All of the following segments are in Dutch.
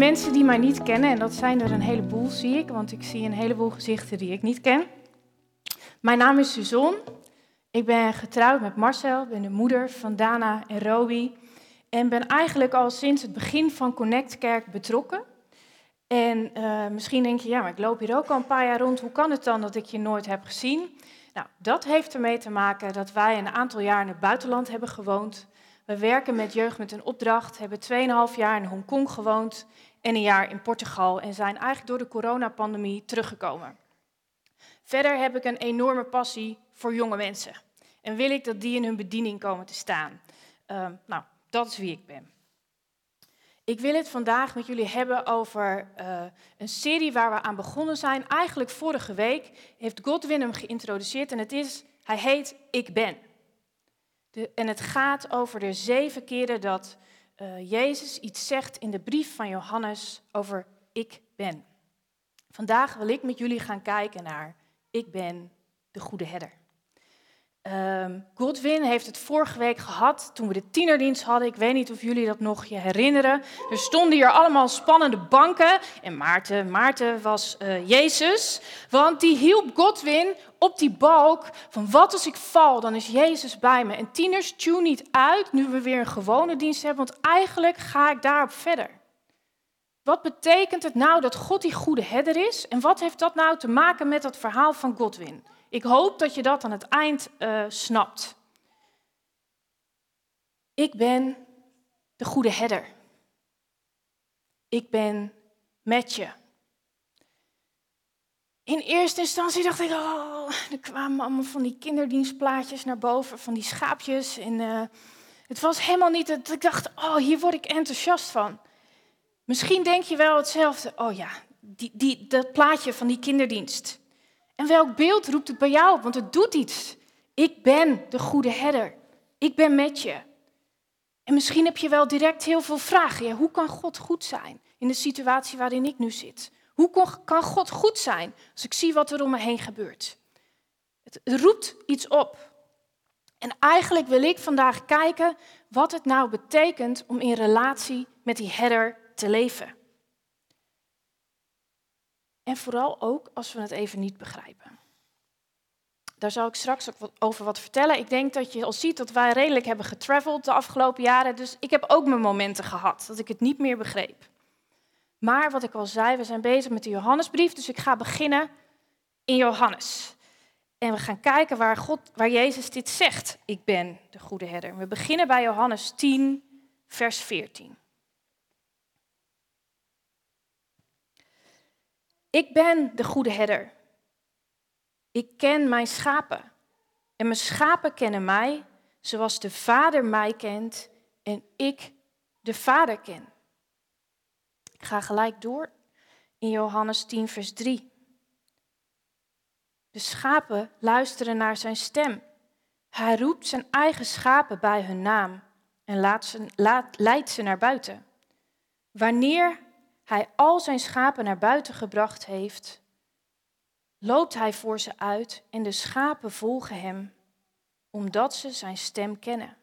mensen die mij niet kennen, en dat zijn er een heleboel, zie ik, want ik zie een heleboel gezichten die ik niet ken. Mijn naam is Suzanne. Ik ben getrouwd met Marcel, ben de moeder van Dana en Roby en ben eigenlijk al sinds het begin van Connect Kerk betrokken. En misschien denk je, ja, maar ik loop hier ook al een paar jaar rond, hoe kan het dan dat ik je nooit heb gezien? Nou, dat heeft ermee te maken dat wij een aantal jaar in het buitenland hebben gewoond. We werken met jeugd met een opdracht, hebben 2,5 jaar in Hongkong gewoond en een jaar in Portugal en zijn eigenlijk door de coronapandemie teruggekomen. Verder heb ik een enorme passie voor jonge mensen en wil ik dat die in hun bediening komen te staan. Dat is wie ik ben. Ik wil het vandaag met jullie hebben over een serie waar we aan begonnen zijn. Eigenlijk vorige week heeft Godwin hem geïntroduceerd en hij heet Ik Ben. En het gaat over de 7 keren dat Jezus iets zegt in de brief van Johannes over Ik Ben. Vandaag wil ik met jullie gaan kijken naar Ik Ben de goede herder. Godwin heeft het vorige week gehad toen we de tienerdienst hadden. Ik weet niet of jullie dat nog je herinneren. Er stonden hier allemaal spannende banken. En Maarten was Jezus. Want die hielp Godwin op die balk van wat als ik val, dan is Jezus bij me. En tieners, tune niet uit nu we weer een gewone dienst hebben. Want eigenlijk ga ik daarop verder. Wat betekent het nou dat God die goede herder is? En wat heeft dat nou te maken met dat verhaal van Godwin? Ik hoop dat je dat aan het eind snapt. Ik ben de goede herder. Ik ben met je. In eerste instantie dacht ik, er kwamen allemaal van die kinderdienstplaatjes naar boven, van die schaapjes. En het was helemaal niet dat ik dacht, hier word ik enthousiast van. Misschien denk je wel hetzelfde, dat plaatje van die kinderdienst. En welk beeld roept het bij jou op? Want het doet iets. Ik ben de goede herder. Ik ben met je. En misschien heb je wel direct heel veel vragen. Ja, hoe kan God goed zijn in de situatie waarin ik nu zit? Hoe kan God goed zijn als ik zie wat er om me heen gebeurt? Het roept iets op. En eigenlijk wil ik vandaag kijken wat het nou betekent om in relatie met die herder te leven. En vooral ook als we het even niet begrijpen. Daar zal ik straks ook over wat vertellen. Ik denk dat je al ziet dat wij redelijk hebben getraveld de afgelopen jaren. Dus ik heb ook mijn momenten gehad dat ik het niet meer begreep. Maar wat ik al zei, we zijn bezig met de Johannesbrief. Dus ik ga beginnen in Johannes. En we gaan kijken waar Jezus dit zegt. Ik ben de goede herder. We beginnen bij Johannes 10, vers 14. Ik ben de goede herder. Ik ken mijn schapen. En mijn schapen kennen mij, zoals de Vader mij kent en ik de Vader ken. Ik ga gelijk door in Johannes 10, vers 3. De schapen luisteren naar zijn stem. Hij roept zijn eigen schapen bij hun naam en leidt ze naar buiten. Wanneer hij al zijn schapen naar buiten gebracht heeft, loopt hij voor ze uit en de schapen volgen hem, omdat ze zijn stem kennen.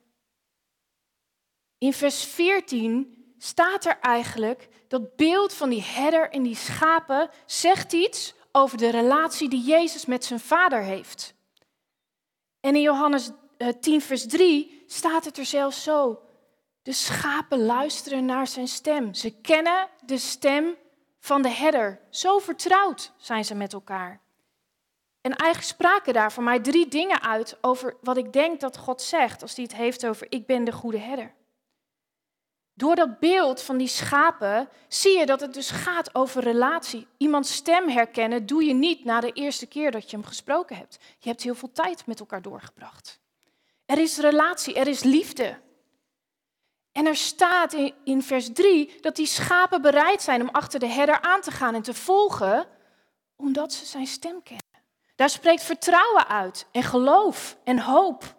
In vers 14 staat er eigenlijk dat beeld van die herder en die schapen zegt iets over de relatie die Jezus met zijn Vader heeft. En in Johannes 10 vers 3 staat het er zelfs zo. De schapen luisteren naar zijn stem. Ze kennen de stem van de herder. Zo vertrouwd zijn ze met elkaar. En eigenlijk spraken daar voor mij 3 dingen uit over wat ik denk dat God zegt als hij het heeft over ik ben de goede herder. Door dat beeld van die schapen zie je dat het dus gaat over relatie. Iemands stem herkennen doe je niet na de eerste keer dat je hem gesproken hebt. Je hebt heel veel tijd met elkaar doorgebracht. Er is relatie, er is liefde. En er staat in vers 3 dat die schapen bereid zijn om achter de herder aan te gaan en te volgen, omdat ze zijn stem kennen. Daar spreekt vertrouwen uit en geloof en hoop.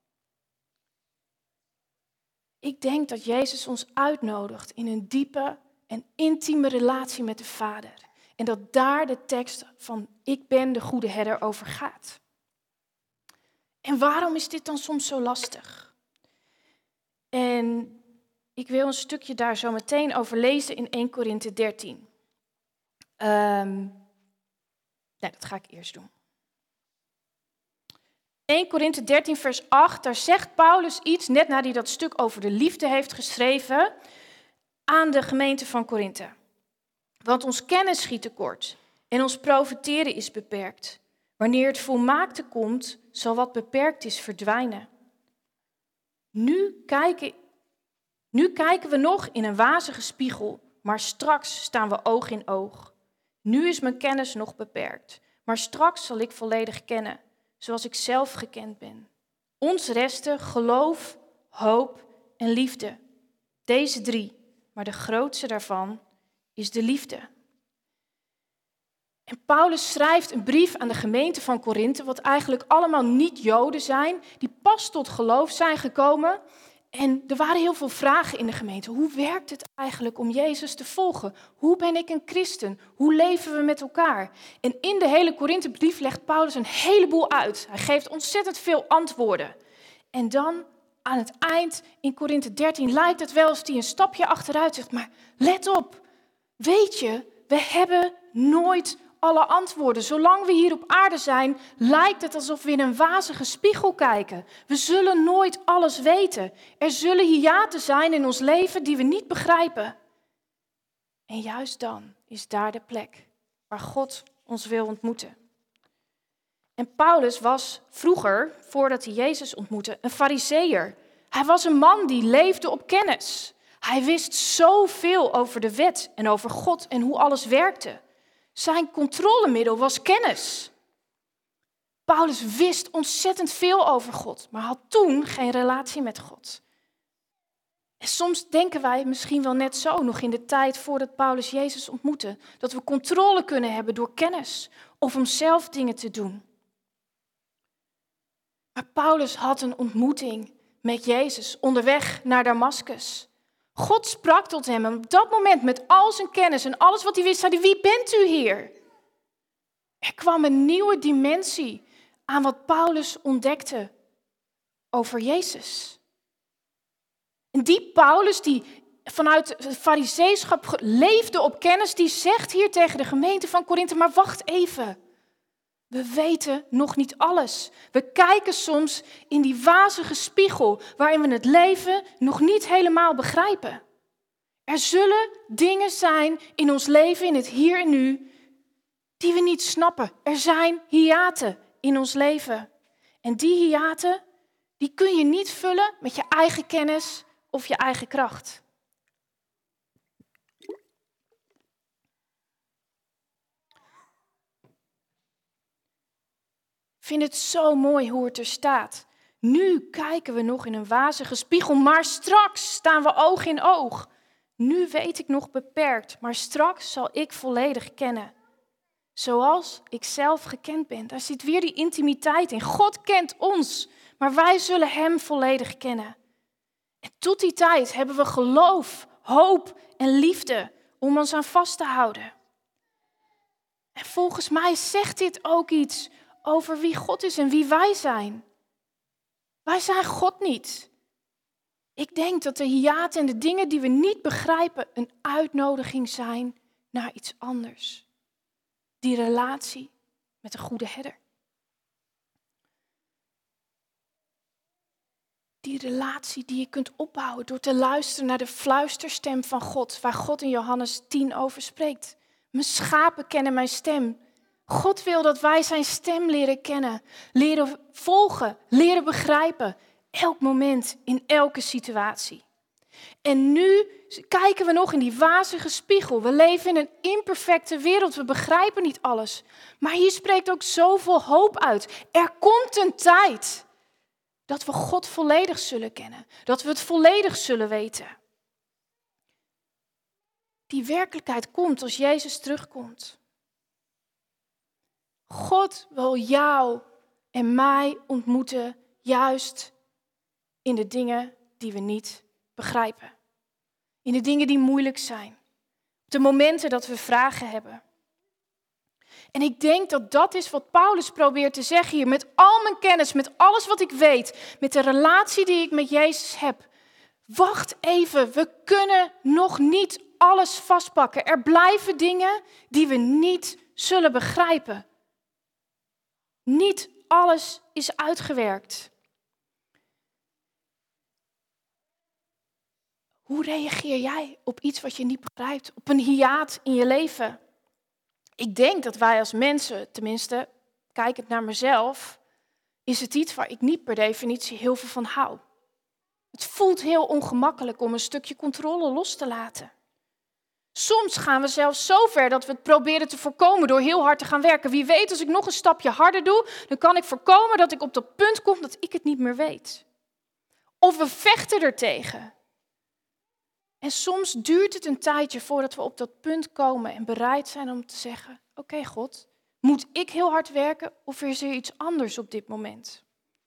Ik denk dat Jezus ons uitnodigt in een diepe en intieme relatie met de Vader. En dat daar de tekst van ik ben de goede herder over gaat. En waarom is dit dan soms zo lastig? En ik wil een stukje daar zo meteen over lezen in 1 Korinthe 13. Nee, dat ga ik eerst doen. 1 Korinthe 13 vers 8, daar zegt Paulus iets, net nadat hij dat stuk over de liefde heeft geschreven, aan de gemeente van Korinthe. Want ons kennis schiet tekort en ons profiteren is beperkt. Wanneer het volmaakte komt, zal wat beperkt is verdwijnen. Nu kijken we nog in een wazige spiegel, maar straks staan we oog in oog. Nu is mijn kennis nog beperkt, maar straks zal ik volledig kennen, zoals ik zelf gekend ben. Ons resten geloof, hoop en liefde. Deze 3, maar de grootste daarvan is de liefde. En Paulus schrijft een brief aan de gemeente van Korinthe, wat eigenlijk allemaal niet-Joden zijn, die pas tot geloof zijn gekomen. En er waren heel veel vragen in de gemeente. Hoe werkt het eigenlijk om Jezus te volgen? Hoe ben ik een christen? Hoe leven we met elkaar? En in de hele Korinthebrief legt Paulus een heleboel uit. Hij geeft ontzettend veel antwoorden. En dan aan het eind in Korinthe 13 lijkt het wel alsof hij een stapje achteruit zegt. Maar let op, weet je, we hebben nooit alle antwoorden. Zolang we hier op aarde zijn, lijkt het alsof we in een wazige spiegel kijken. We zullen nooit alles weten. Er zullen hiaten zijn in ons leven die we niet begrijpen. En juist dan is daar de plek waar God ons wil ontmoeten. En Paulus was vroeger, voordat hij Jezus ontmoette, een Farizeeër. Hij was een man die leefde op kennis. Hij wist zoveel over de wet en over God en hoe alles werkte. Zijn controlemiddel was kennis. Paulus wist ontzettend veel over God, maar had toen geen relatie met God. En soms denken wij misschien wel net zo, nog in de tijd voordat Paulus Jezus ontmoette, dat we controle kunnen hebben door kennis of om zelf dingen te doen. Maar Paulus had een ontmoeting met Jezus onderweg naar Damascus. God sprak tot hem en op dat moment met al zijn kennis en alles wat hij wist, zei hij, wie bent u, Heer? Er kwam een nieuwe dimensie aan wat Paulus ontdekte over Jezus. En die Paulus, die vanuit het farizeeschap leefde op kennis, die zegt hier tegen de gemeente van Korinthe, maar wacht even. We weten nog niet alles. We kijken soms in die wazige spiegel waarin we het leven nog niet helemaal begrijpen. Er zullen dingen zijn in ons leven, in het hier en nu, die we niet snappen. Er zijn hiaten in ons leven. En die hiaten, die kun je niet vullen met je eigen kennis of je eigen kracht. Ik vind het zo mooi hoe het er staat. Nu kijken we nog in een wazige spiegel, maar straks staan we oog in oog. Nu weet ik nog beperkt, maar straks zal ik volledig kennen. Zoals ik zelf gekend ben. Daar zit weer die intimiteit in. God kent ons, maar wij zullen hem volledig kennen. En tot die tijd hebben we geloof, hoop en liefde om ons aan vast te houden. En volgens mij zegt dit ook iets over wie God is en wie wij zijn. Wij zijn God niet. Ik denk dat de hiaten en de dingen die we niet begrijpen een uitnodiging zijn naar iets anders. Die relatie met de goede herder. Die relatie die je kunt opbouwen door te luisteren naar de fluisterstem van God, waar God in Johannes 10 over spreekt. Mijn schapen kennen mijn stem. God wil dat wij zijn stem leren kennen, leren volgen, leren begrijpen. Elk moment, in elke situatie. En nu kijken we nog in die wazige spiegel. We leven in een imperfecte wereld, we begrijpen niet alles. Maar hier spreekt ook zoveel hoop uit. Er komt een tijd dat we God volledig zullen kennen. Dat we het volledig zullen weten. Die werkelijkheid komt als Jezus terugkomt. God wil jou en mij ontmoeten, juist in de dingen die we niet begrijpen. In de dingen die moeilijk zijn. Op de momenten dat we vragen hebben. En ik denk dat dat is wat Paulus probeert te zeggen hier. Met al mijn kennis, met alles wat ik weet, met de relatie die ik met Jezus heb. Wacht even, we kunnen nog niet alles vastpakken. Er blijven dingen die we niet zullen begrijpen. Niet alles is uitgewerkt. Hoe reageer jij op iets wat je niet begrijpt? Op een hiaat in je leven? Ik denk dat wij als mensen, tenminste, kijkend naar mezelf, is het iets waar ik niet per definitie heel veel van hou. Het voelt heel ongemakkelijk om een stukje controle los te laten. Soms gaan we zelfs zo ver dat we het proberen te voorkomen door heel hard te gaan werken. Wie weet, als ik nog een stapje harder doe, dan kan ik voorkomen dat ik op dat punt kom dat ik het niet meer weet. Of we vechten ertegen. En soms duurt het een tijdje voordat we op dat punt komen en bereid zijn om te zeggen, oké, God, moet ik heel hard werken of is er iets anders op dit moment?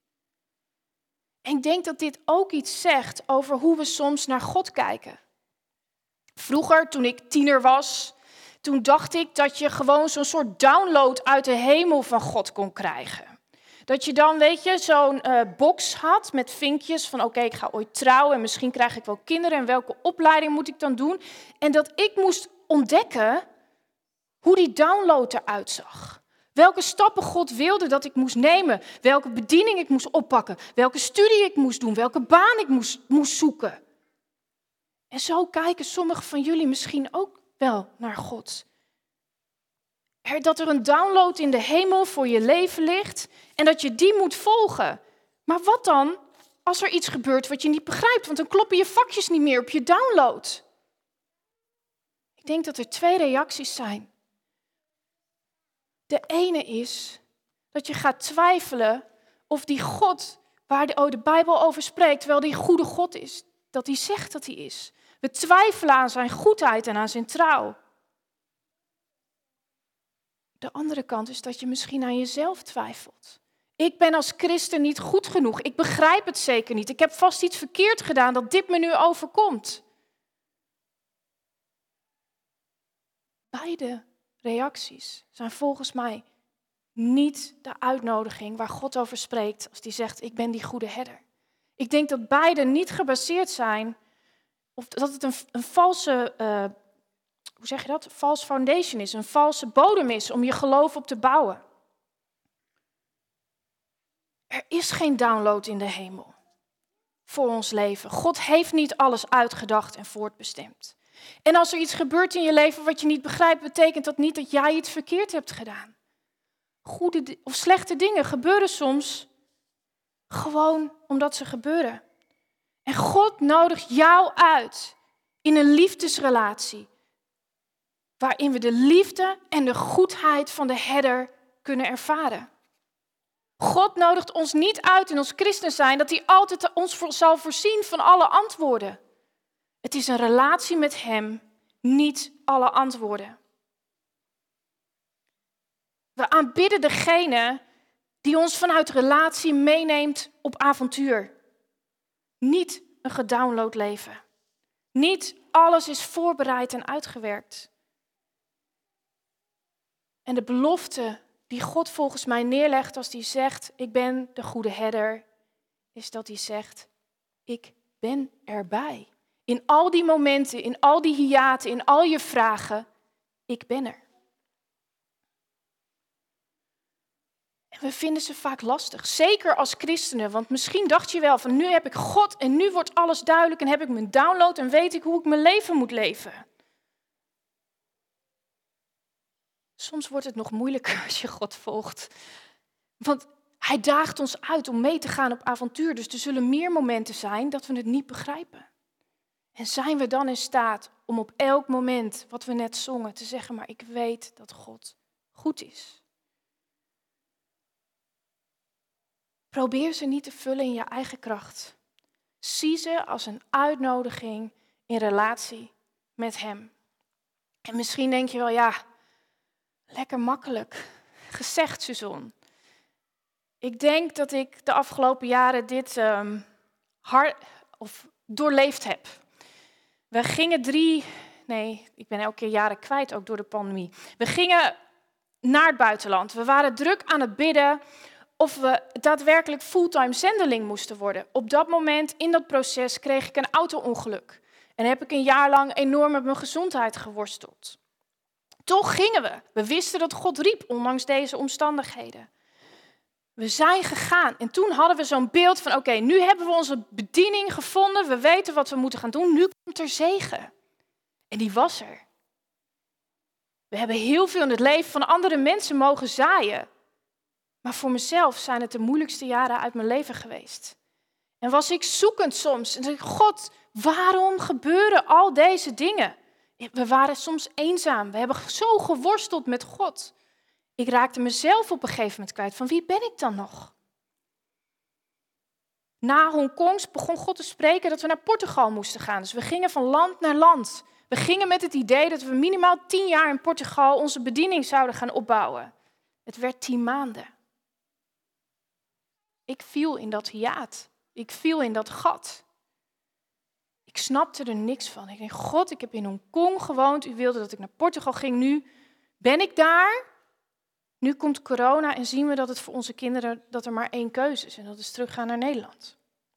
En ik denk dat dit ook iets zegt over hoe we soms naar God kijken. Vroeger, toen ik tiener was, toen dacht ik dat je gewoon zo'n soort download uit de hemel van God kon krijgen. Dat je dan, weet je, zo'n box had met vinkjes van oké, ik ga ooit trouwen en misschien krijg ik wel kinderen en welke opleiding moet ik dan doen? En dat ik moest ontdekken hoe die download eruit zag. Welke stappen God wilde dat ik moest nemen, welke bediening ik moest oppakken, welke studie ik moest doen, welke baan ik moest zoeken. En zo kijken sommigen van jullie misschien ook wel naar God. Dat er een download in de hemel voor je leven ligt en dat je die moet volgen. Maar wat dan als er iets gebeurt wat je niet begrijpt? Want dan kloppen je vakjes niet meer op je download. Ik denk dat er 2 reacties zijn. De ene is dat je gaat twijfelen of die God waar de Bijbel over spreekt wel die goede God is. Dat hij zegt dat hij is. We twijfelen aan zijn goedheid en aan zijn trouw. De andere kant is dat je misschien aan jezelf twijfelt. Ik ben als christen niet goed genoeg. Ik begrijp het zeker niet. Ik heb vast iets verkeerd gedaan dat dit me nu overkomt. Beide reacties zijn volgens mij niet de uitnodiging waar God over spreekt als hij zegt, ik ben die goede herder. Ik denk dat beide niet gebaseerd zijn, of dat het een valse, hoe zeg je dat? False foundation is, een valse bodem is om je geloof op te bouwen. Er is geen download in de hemel voor ons leven. God heeft niet alles uitgedacht en voortbestemd. En als er iets gebeurt in je leven wat je niet begrijpt, betekent dat niet dat jij iets verkeerd hebt gedaan. Goede of slechte dingen gebeuren soms gewoon omdat ze gebeuren. En God nodigt jou uit in een liefdesrelatie, waarin we de liefde en de goedheid van de herder kunnen ervaren. God nodigt ons niet uit in ons christen zijn dat hij altijd ons zal voorzien van alle antwoorden. Het is een relatie met hem, niet alle antwoorden. We aanbidden degene die ons vanuit relatie meeneemt op avontuur. Niet een gedownload leven. Niet alles is voorbereid en uitgewerkt. En de belofte die God volgens mij neerlegt als hij zegt, ik ben de goede herder, is dat hij zegt, ik ben erbij. In al die momenten, in al die hiaten, in al je vragen, ik ben er. En we vinden ze vaak lastig, zeker als christenen, want misschien dacht je wel van nu heb ik God en nu wordt alles duidelijk en heb ik mijn download en weet ik hoe ik mijn leven moet leven. Soms wordt het nog moeilijker als je God volgt, want hij daagt ons uit om mee te gaan op avontuur, dus er zullen meer momenten zijn dat we het niet begrijpen. En zijn we dan in staat om op elk moment, wat we net zongen, te zeggen, maar ik weet dat God goed is. Probeer ze niet te vullen in je eigen kracht. Zie ze als een uitnodiging in relatie met hem. En misschien denk je wel, ja, lekker makkelijk gezegd, Suzanne. Ik denk dat ik de afgelopen jaren dit doorleefd heb. We gingen ik ben elke keer jaren kwijt, ook door de pandemie. We gingen naar het buitenland. We waren druk aan het bidden of we daadwerkelijk fulltime zendeling moesten worden. Op dat moment, in dat proces, kreeg ik een auto-ongeluk. En heb ik een jaar lang enorm met mijn gezondheid geworsteld. Toch gingen we. We wisten dat God riep, ondanks deze omstandigheden. We zijn gegaan en toen hadden we zo'n beeld van, oké, nu hebben we onze bediening gevonden. We weten wat we moeten gaan doen. Nu komt er zegen. En die was er. We hebben heel veel in het leven van andere mensen mogen zaaien. Maar voor mezelf zijn het de moeilijkste jaren uit mijn leven geweest. En was ik zoekend soms. En dacht ik, God, waarom gebeuren al deze dingen? We waren soms eenzaam. We hebben zo geworsteld met God. Ik raakte mezelf op een gegeven moment kwijt. Van wie ben ik dan nog? Na Hongkong begon God te spreken dat we naar Portugal moesten gaan. Dus we gingen van land naar land. We gingen met het idee dat we minimaal 10 jaar in Portugal onze bediening zouden gaan opbouwen. Het werd 10 maanden. Ik viel in dat hiaat. Ik viel in dat gat. Ik snapte er niks van. Ik denk, God, ik heb in Hongkong gewoond. U wilde dat ik naar Portugal ging. Nu ben ik daar. Nu komt corona en zien we dat het voor onze kinderen dat er maar 1 keuze is. En dat is teruggaan naar Nederland.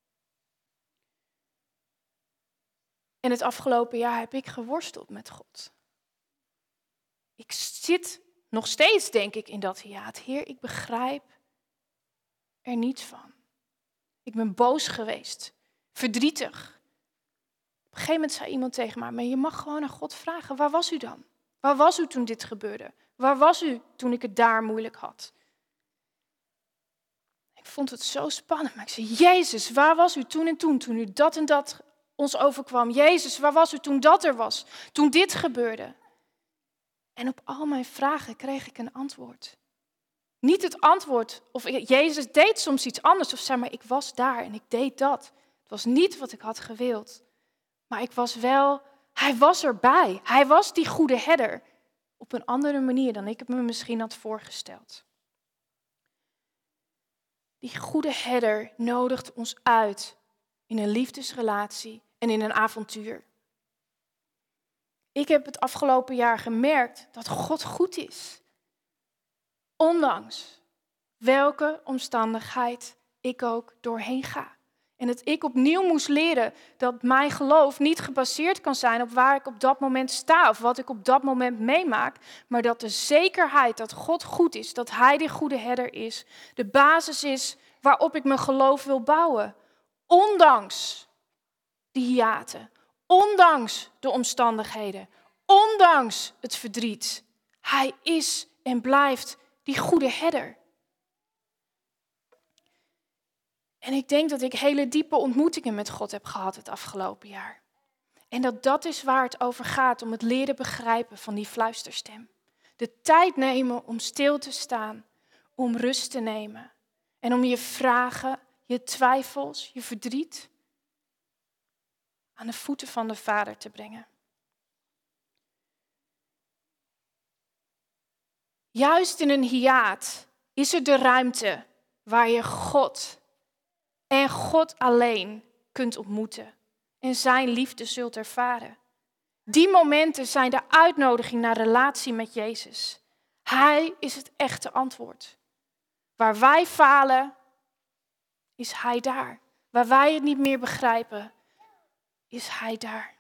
En het afgelopen jaar heb ik geworsteld met God. Ik zit nog steeds, denk ik, in dat hiaat. Heer, ik begrijp er niets van. Ik ben boos geweest, verdrietig. Op een gegeven moment zei iemand tegen mij, maar je mag gewoon aan God vragen, waar was u dan? Waar was u toen dit gebeurde? Waar was u toen ik het daar moeilijk had? Ik vond het zo spannend, maar ik zei, Jezus, waar was u toen toen u dat en dat ons overkwam? Jezus, waar was u toen dat er was? Toen dit gebeurde? En op al mijn vragen kreeg ik een antwoord. Niet het antwoord, of Jezus deed soms iets anders, of zei maar, ik was daar en ik deed dat. Het was niet wat ik had gewild. Maar ik was wel, hij was erbij. Hij was die goede herder. Op een andere manier dan ik het me misschien had voorgesteld. Die goede herder nodigt ons uit in een liefdesrelatie en in een avontuur. Ik heb het afgelopen jaar gemerkt dat God goed is. Ondanks welke omstandigheid ik ook doorheen ga. En dat ik opnieuw moest leren dat mijn geloof niet gebaseerd kan zijn op waar ik op dat moment sta of wat ik op dat moment meemaak. Maar dat de zekerheid dat God goed is, dat Hij die goede herder is, de basis is waarop ik mijn geloof wil bouwen. Ondanks die hiaten, ondanks de omstandigheden, ondanks het verdriet. Hij is en blijft die goede herder. En ik denk dat ik hele diepe ontmoetingen met God heb gehad het afgelopen jaar. En dat is waar het over gaat, om het leren begrijpen van die fluisterstem. De tijd nemen om stil te staan, om rust te nemen. En om je vragen, je twijfels, je verdriet aan de voeten van de Vader te brengen. Juist in een hiaat is er de ruimte waar je God en God alleen kunt ontmoeten en zijn liefde zult ervaren. Die momenten zijn de uitnodiging naar relatie met Jezus. Hij is het echte antwoord. Waar wij falen, is Hij daar. Waar wij het niet meer begrijpen, is Hij daar.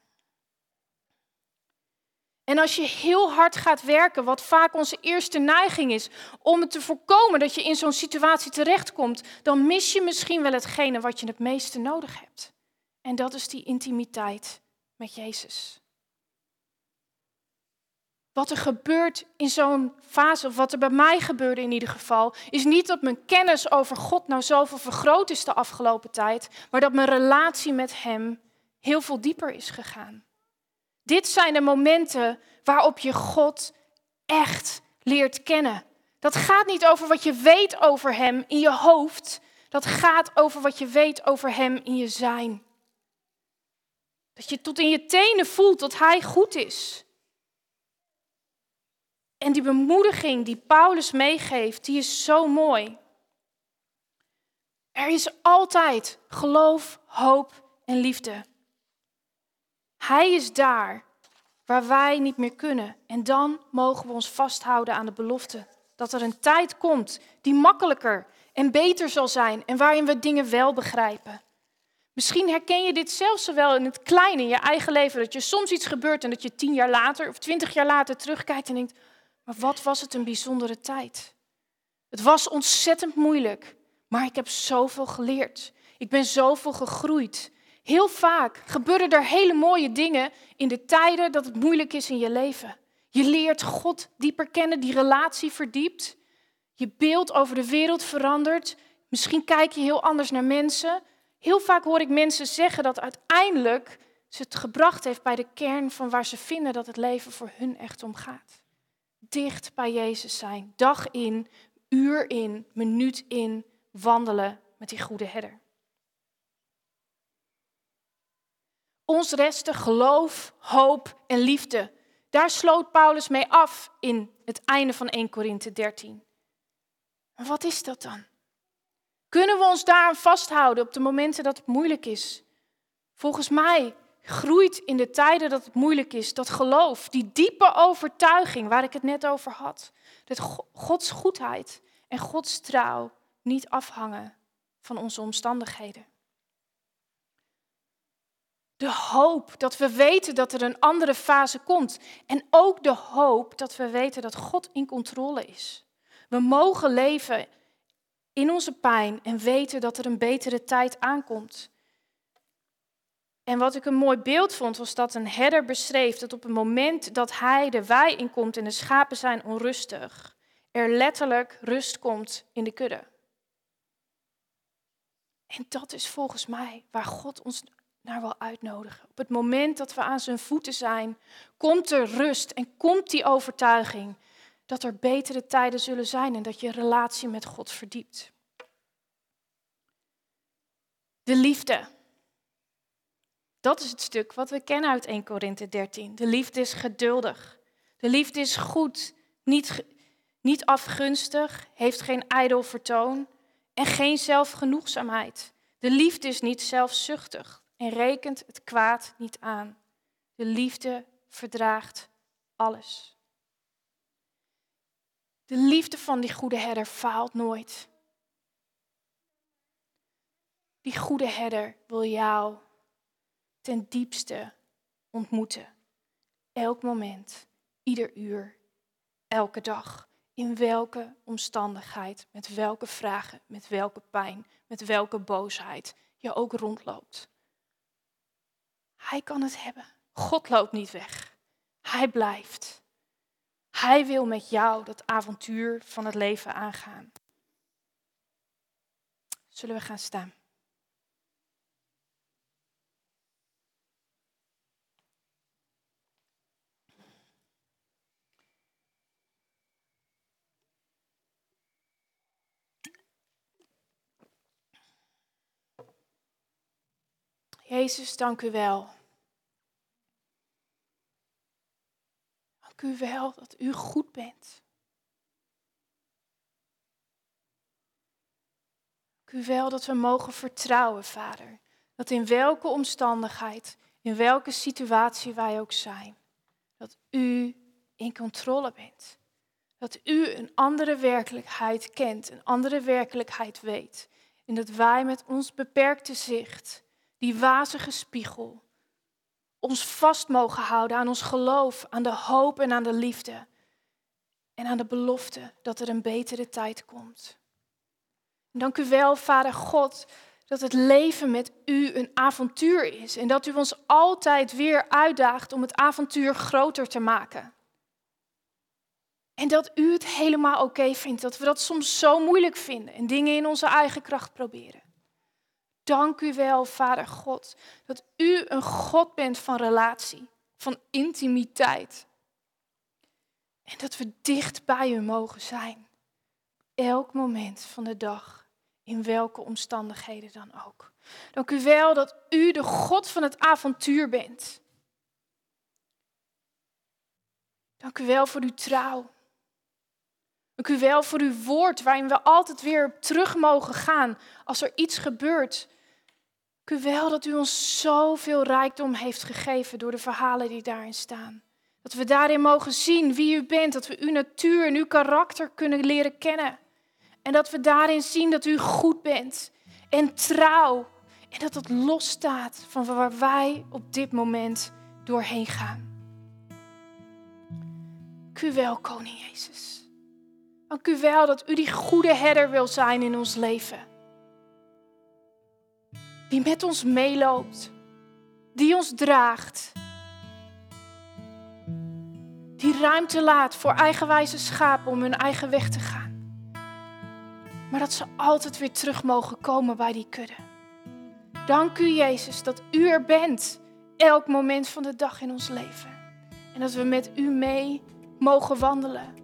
En als je heel hard gaat werken, wat vaak onze eerste neiging is, om het te voorkomen dat je in zo'n situatie terechtkomt, dan mis je misschien wel hetgene wat je het meeste nodig hebt. En dat is die intimiteit met Jezus. Wat er gebeurt in zo'n fase, of wat er bij mij gebeurde in ieder geval, is niet dat mijn kennis over God nou zoveel vergroot is de afgelopen tijd, maar dat mijn relatie met Hem heel veel dieper is gegaan. Dit zijn de momenten waarop je God echt leert kennen. Dat gaat niet over wat je weet over Hem in je hoofd. Dat gaat over wat je weet over Hem in je zijn. Dat je tot in je tenen voelt dat Hij goed is. En die bemoediging die Paulus meegeeft, die is zo mooi. Er is altijd geloof, hoop en liefde. Hij is daar waar wij niet meer kunnen. En dan mogen we ons vasthouden aan de belofte. Dat er een tijd komt die makkelijker en beter zal zijn en waarin we dingen wel begrijpen. Misschien herken je dit zelfs wel in het kleine, in je eigen leven. Dat je soms iets gebeurt en dat je 10 jaar later of 20 jaar later terugkijkt en denkt, maar wat was het een bijzondere tijd. Het was ontzettend moeilijk, maar ik heb zoveel geleerd. Ik ben zoveel gegroeid. Heel vaak gebeuren er hele mooie dingen in de tijden dat het moeilijk is in je leven. Je leert God dieper kennen, die relatie verdiept. Je beeld over de wereld verandert. Misschien kijk je heel anders naar mensen. Heel vaak hoor ik mensen zeggen dat uiteindelijk ze het gebracht heeft bij de kern van waar ze vinden dat het leven voor hun echt om gaat. Dicht bij Jezus zijn, dag in, uur in, minuut in, wandelen met die goede herder. Ons resten geloof, hoop en liefde. Daar sloot Paulus mee af in het einde van 1 Korinthe 13. Maar wat is dat dan? Kunnen we ons daaraan vasthouden op de momenten dat het moeilijk is? Volgens mij groeit in de tijden dat het moeilijk is dat geloof, die diepe overtuiging waar ik het net over had. Dat Gods goedheid en Gods trouw niet afhangen van onze omstandigheden. De hoop dat we weten dat er een andere fase komt. En ook de hoop dat we weten dat God in controle is. We mogen leven in onze pijn en weten dat er een betere tijd aankomt. En wat ik een mooi beeld vond, was dat een herder beschreef dat op het moment dat hij de wei inkomt en de schapen zijn onrustig, er letterlijk rust komt in de kudde. En dat is volgens mij waar God ons naar wil uitnodigen. Op het moment dat we aan zijn voeten zijn, komt er rust en komt die overtuiging dat er betere tijden zullen zijn en dat je relatie met God verdiept. De liefde. Dat is het stuk wat we kennen uit 1 Korinthe 13. De liefde is geduldig. De liefde is goed, niet afgunstig, heeft geen ijdel vertoon en geen zelfgenoegzaamheid. De liefde is niet zelfzuchtig en rekent het kwaad niet aan. De liefde verdraagt alles. De liefde van die goede herder faalt nooit. Die goede herder wil jou ten diepste ontmoeten. Elk moment, ieder uur, elke dag. In welke omstandigheid, met welke vragen, met welke pijn, met welke boosheid je ook rondloopt. Hij kan het hebben. God loopt niet weg. Hij blijft. Hij wil met jou dat avontuur van het leven aangaan. Zullen we gaan staan? Jezus, dank u wel. Dank u wel dat u goed bent. Dank u wel dat we mogen vertrouwen, Vader. Dat in welke omstandigheid, in welke situatie wij ook zijn, dat u in controle bent. Dat u een andere werkelijkheid kent, een andere werkelijkheid weet. En dat wij met ons beperkte zicht, die wazige spiegel, ons vast mogen houden aan ons geloof, aan de hoop en aan de liefde. En aan de belofte dat er een betere tijd komt. En dank u wel, Vader God, dat het leven met u een avontuur is. En dat u ons altijd weer uitdaagt om het avontuur groter te maken. En dat u het helemaal oké vindt, dat we dat soms zo moeilijk vinden en dingen in onze eigen kracht proberen. Dank u wel, Vader God, dat u een God bent van relatie, van intimiteit. En dat we dicht bij u mogen zijn. Elk moment van de dag, in welke omstandigheden dan ook. Dank u wel dat u de God van het avontuur bent. Dank u wel voor uw trouw. Dank u wel voor uw woord, waarin we altijd weer op terug mogen gaan als er iets gebeurt. Dank u wel dat u ons zoveel rijkdom heeft gegeven door de verhalen die daarin staan. Dat we daarin mogen zien wie u bent, dat we uw natuur en uw karakter kunnen leren kennen. En dat we daarin zien dat u goed bent en trouw. En dat het losstaat van waar wij op dit moment doorheen gaan. Dank u wel, Koning Jezus. Dank u wel dat u die goede herder wil zijn in ons leven. Die met ons meeloopt. Die ons draagt. Die ruimte laat voor eigenwijze schapen om hun eigen weg te gaan. Maar dat ze altijd weer terug mogen komen bij die kudde. Dank u, Jezus, dat u er bent. Elk moment van de dag in ons leven. En dat we met u mee mogen wandelen.